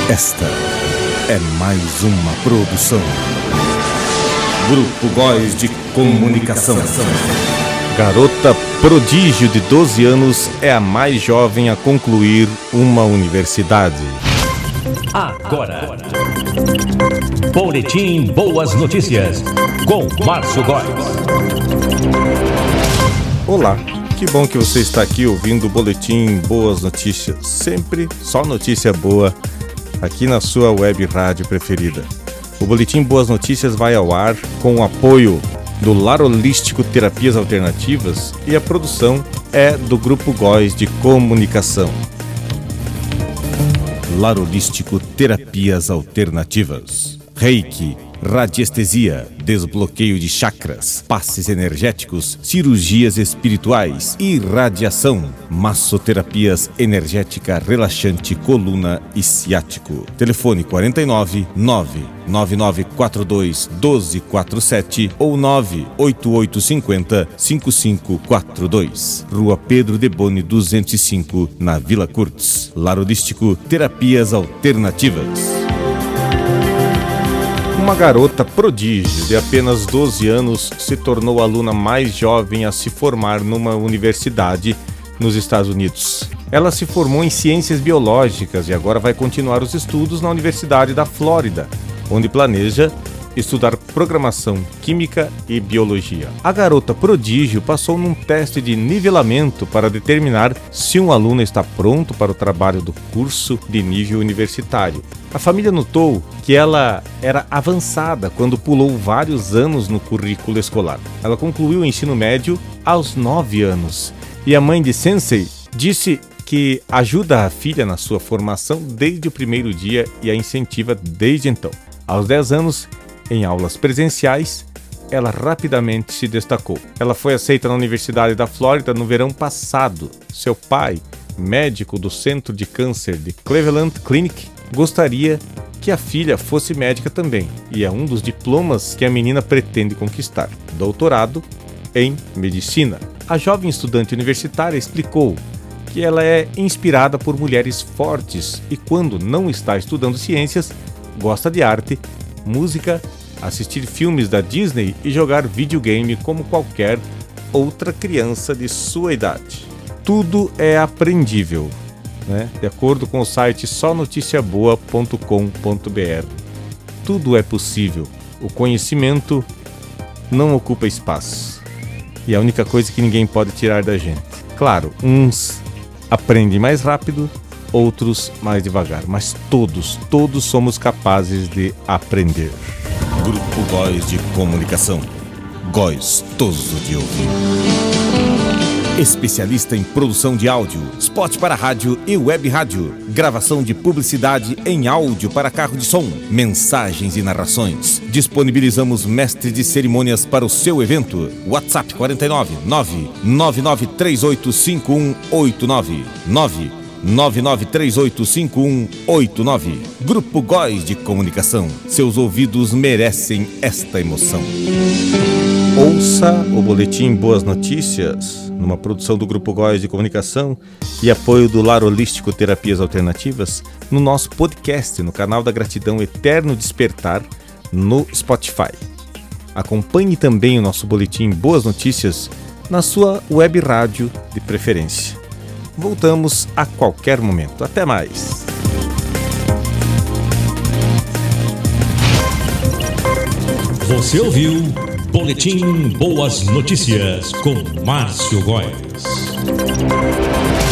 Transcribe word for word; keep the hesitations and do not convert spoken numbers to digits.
Esta é mais uma produção Grupo Góes de Comunicação. Garota prodígio de doze anos é a mais jovem a concluir uma universidade. Agora, Boletim Boas Notícias, com Márcio Góes. Olá, que bom que você está aqui ouvindo o Boletim Boas Notícias. Sempre só notícia boa aqui na sua web rádio preferida. O Boletim Boas Notícias vai ao ar com o apoio do Lar Holístico Terapias Alternativas e a produção é do Grupo Góes de Comunicação. Lar Holístico Terapias Alternativas. Reiki, radiestesia, desbloqueio de chakras, passes energéticos, cirurgias espirituais, irradiação, massoterapias energética relaxante, coluna e ciático. Telefone quarenta e nove, nove nove nove quatro dois, um dois quatro sete ou nove oito oito cinco zero, cinco cinco quatro dois. Rua Pedro Deboni duzentos e cinco, na Vila Kurtz. Lar Holístico Terapias Alternativas. Uma garota prodígio de apenas doze anos se tornou a aluna mais jovem a se formar numa universidade nos Estados Unidos. Ela se formou em ciências biológicas e agora vai continuar os estudos na Universidade da Flórida, onde planeja estudar programação, química e biologia. A garota prodígio passou num teste de nivelamento para determinar se um aluno está pronto para o trabalho do curso de nível universitário. A família notou que ela era avançada quando pulou vários anos no currículo escolar. Ela concluiu o ensino médio aos nove anos e a mãe de Sensei disse que ajuda a filha na sua formação desde o primeiro dia e a incentiva desde então. Aos dez anos, em aulas presenciais, ela rapidamente se destacou. Ela foi aceita na Universidade da Flórida no verão passado. Seu pai, médico do Centro de Câncer de Cleveland Clinic, gostaria que a filha fosse médica também, e é um dos diplomas que a menina pretende conquistar: doutorado em medicina. A jovem estudante universitária explicou que ela é inspirada por mulheres fortes e, quando não está estudando ciências, gosta de arte, música, assistir filmes da Disney e jogar videogame como qualquer outra criança de sua idade. Tudo é aprendível, né? De acordo com o site só noticia boa ponto com ponto b r. Tudo é possível. O conhecimento não ocupa espaço. E é a única coisa que ninguém pode tirar da gente. Claro, uns aprendem mais rápido, outros mais devagar, mas todos, todos somos capazes de aprender. Grupo Góes de Comunicação. Gostoso de ouvir. Especialista em produção de áudio, spot para rádio e web rádio, gravação de publicidade em áudio para carro de som, mensagens e narrações. Disponibilizamos mestres de cerimônias para o seu evento. WhatsApp quarenta e nove, nove nove nove três oito cinco um oito nove, nove nove nove três oito cinco um oito nove. Grupo Góes de Comunicação. Seus ouvidos merecem esta emoção. Ouça o Boletim Boas Notícias, numa produção do Grupo Góes de Comunicação e apoio do Lar Holístico Terapias Alternativas, no nosso podcast, no canal da Gratidão Eterno Despertar, no Spotify. Acompanhe também o nosso Boletim Boas Notícias na sua web rádio de preferência. Voltamos a qualquer momento. Até mais. Você ouviu Boletim Boas Notícias com Márcio Góes.